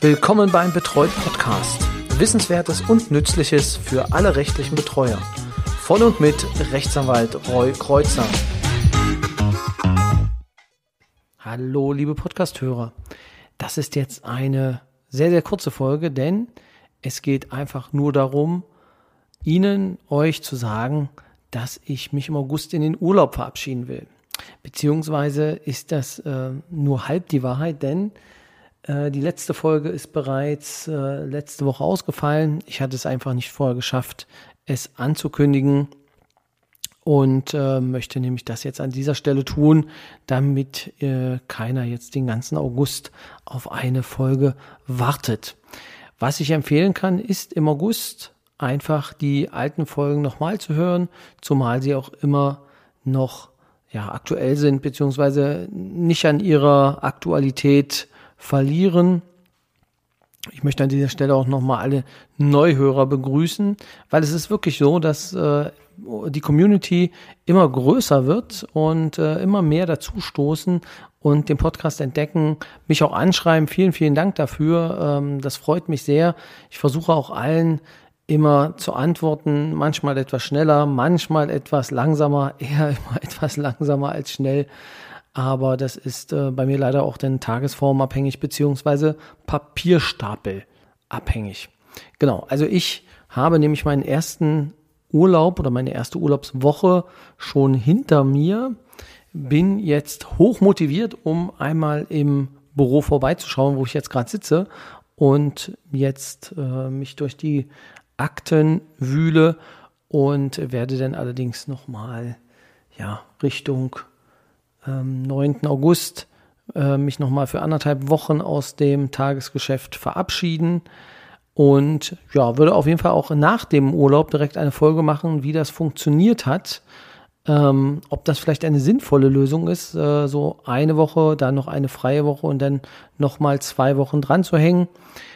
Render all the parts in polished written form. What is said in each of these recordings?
Willkommen beim Betreut Podcast. Wissenswertes und Nützliches für alle rechtlichen Betreuer. Von und mit Rechtsanwalt Roy Kreuzer. Hallo liebe Podcast-Hörer. Das ist jetzt eine sehr, sehr kurze Folge, denn es geht einfach nur darum, euch zu sagen, dass ich mich im August in den Urlaub verabschieden will. Beziehungsweise ist das nur halb die Wahrheit, denn die letzte Folge ist bereits letzte Woche ausgefallen. Ich hatte es einfach nicht vorher geschafft, es anzukündigen und möchte nämlich das jetzt an dieser Stelle tun, damit keiner jetzt den ganzen August auf eine Folge wartet. Was ich empfehlen kann, ist im August einfach die alten Folgen nochmal zu hören, zumal sie auch immer noch aktuell sind, beziehungsweise nicht an ihrer Aktualität verlieren. Ich möchte an dieser Stelle auch nochmal alle Neuhörer begrüßen, weil es ist wirklich so, dass die Community immer größer wird und immer mehr dazu stoßen und den Podcast entdecken, mich auch anschreiben. Vielen, vielen Dank dafür. Das freut mich sehr. Ich versuche auch allen immer zu antworten, manchmal etwas schneller, manchmal etwas langsamer, eher immer etwas langsamer als schnell. Aber das ist bei mir leider auch dann tagesformabhängig beziehungsweise papierstapelabhängig. Genau, also ich habe nämlich meinen ersten Urlaub oder meine erste Urlaubswoche schon hinter mir, bin jetzt hochmotiviert, um einmal im Büro vorbeizuschauen, wo ich jetzt gerade sitze und jetzt mich durch die Akten wühle und werde dann allerdings nochmal Richtung 9. August mich nochmal für 1,5 Wochen aus dem Tagesgeschäft verabschieden und würde auf jeden Fall auch nach dem Urlaub direkt eine Folge machen, wie das funktioniert hat, ob das vielleicht eine sinnvolle Lösung ist, so eine Woche, dann noch eine freie Woche und dann nochmal 2 Wochen dran zu hängen,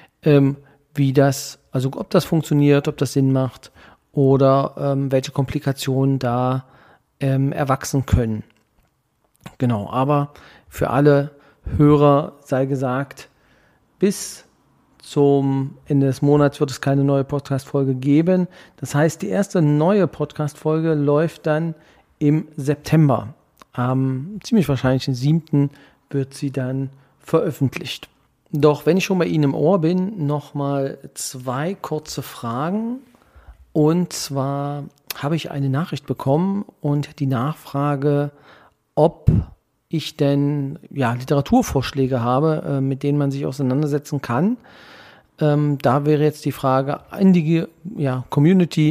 ob das funktioniert, ob das Sinn macht oder welche Komplikationen da erwachsen können. Genau, aber für alle Hörer sei gesagt, bis zum Ende des Monats wird es keine neue Podcast-Folge geben. Das heißt, die erste neue Podcast-Folge läuft dann im September. Ziemlich wahrscheinlich den 7. wird sie dann veröffentlicht. Doch wenn ich schon bei Ihnen im Ohr bin, nochmal 2 kurze Fragen. Und zwar habe ich eine Nachricht bekommen und die Nachfrage, ob ich denn Literaturvorschläge habe, mit denen man sich auseinandersetzen kann. Da wäre jetzt die Frage an die Community,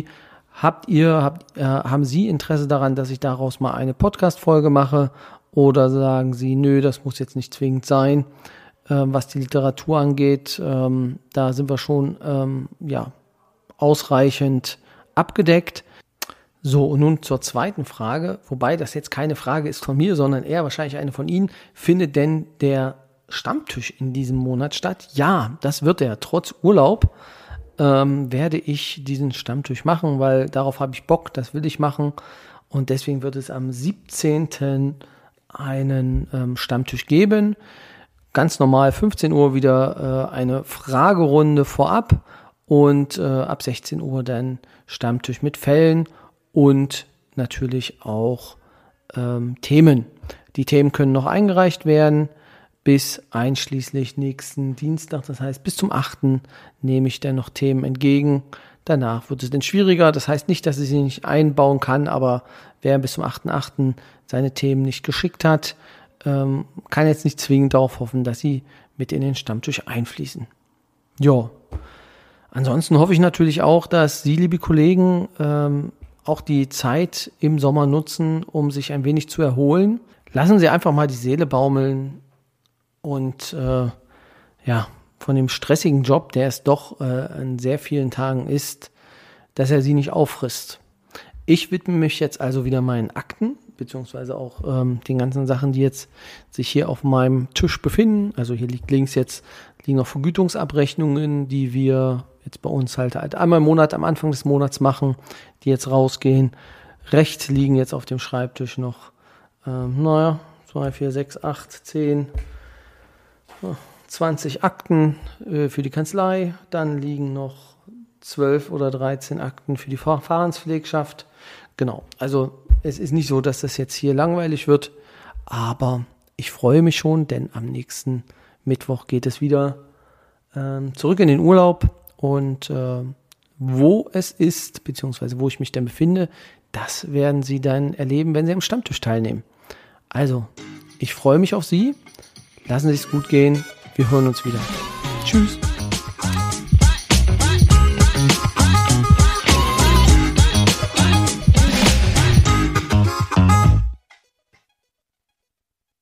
haben Sie Interesse daran, dass ich daraus mal eine Podcast-Folge mache oder sagen Sie, nö, das muss jetzt nicht zwingend sein, was die Literatur angeht. Da sind wir schon ausreichend abgedeckt. So, und nun zur zweiten Frage, wobei das jetzt keine Frage ist von mir, sondern eher wahrscheinlich eine von Ihnen. Findet denn der Stammtisch in diesem Monat statt? Ja, das wird er. Trotz Urlaub werde ich diesen Stammtisch machen, weil darauf habe ich Bock, das will ich machen. Und deswegen wird es am 17. einen Stammtisch geben. Ganz normal 15 Uhr wieder eine Fragerunde vorab und ab 16 Uhr dann Stammtisch mit Fällen. Und natürlich auch Themen. Die Themen können noch eingereicht werden bis einschließlich nächsten Dienstag. Das heißt, bis zum 8. nehme ich dann noch Themen entgegen. Danach wird es dann schwieriger. Das heißt nicht, dass ich sie nicht einbauen kann, aber wer bis zum 8.8. seine Themen nicht geschickt hat, kann jetzt nicht zwingend darauf hoffen, dass sie mit in den Stammtisch einfließen. Ja, ansonsten hoffe ich natürlich auch, dass Sie, liebe Kollegen, auch die Zeit im Sommer nutzen, um sich ein wenig zu erholen. Lassen Sie einfach mal die Seele baumeln und von dem stressigen Job, der es doch an sehr vielen Tagen ist, dass er Sie nicht auffrisst. Ich widme mich jetzt also wieder meinen Akten, beziehungsweise auch den ganzen Sachen, die jetzt sich hier auf meinem Tisch befinden. Also hier liegen noch Vergütungsabrechnungen, die wir jetzt bei uns halt einmal im Monat, am Anfang des Monats machen, die jetzt rausgehen. Rechts liegen jetzt auf dem Schreibtisch noch 2, 4, 6, 8, 10, 20 Akten für die Kanzlei, dann liegen noch 12 oder 13 Akten für die Verfahrenspflegschaft. Genau, also es ist nicht so, dass das jetzt hier langweilig wird, aber ich freue mich schon, denn am nächsten Mittwoch geht es wieder zurück in den Urlaub und wo es ist, beziehungsweise wo ich mich dann befinde, das werden Sie dann erleben, wenn Sie am Stammtisch teilnehmen. Also, ich freue mich auf Sie. Lassen Sie es gut gehen. Wir hören uns wieder. Tschüss.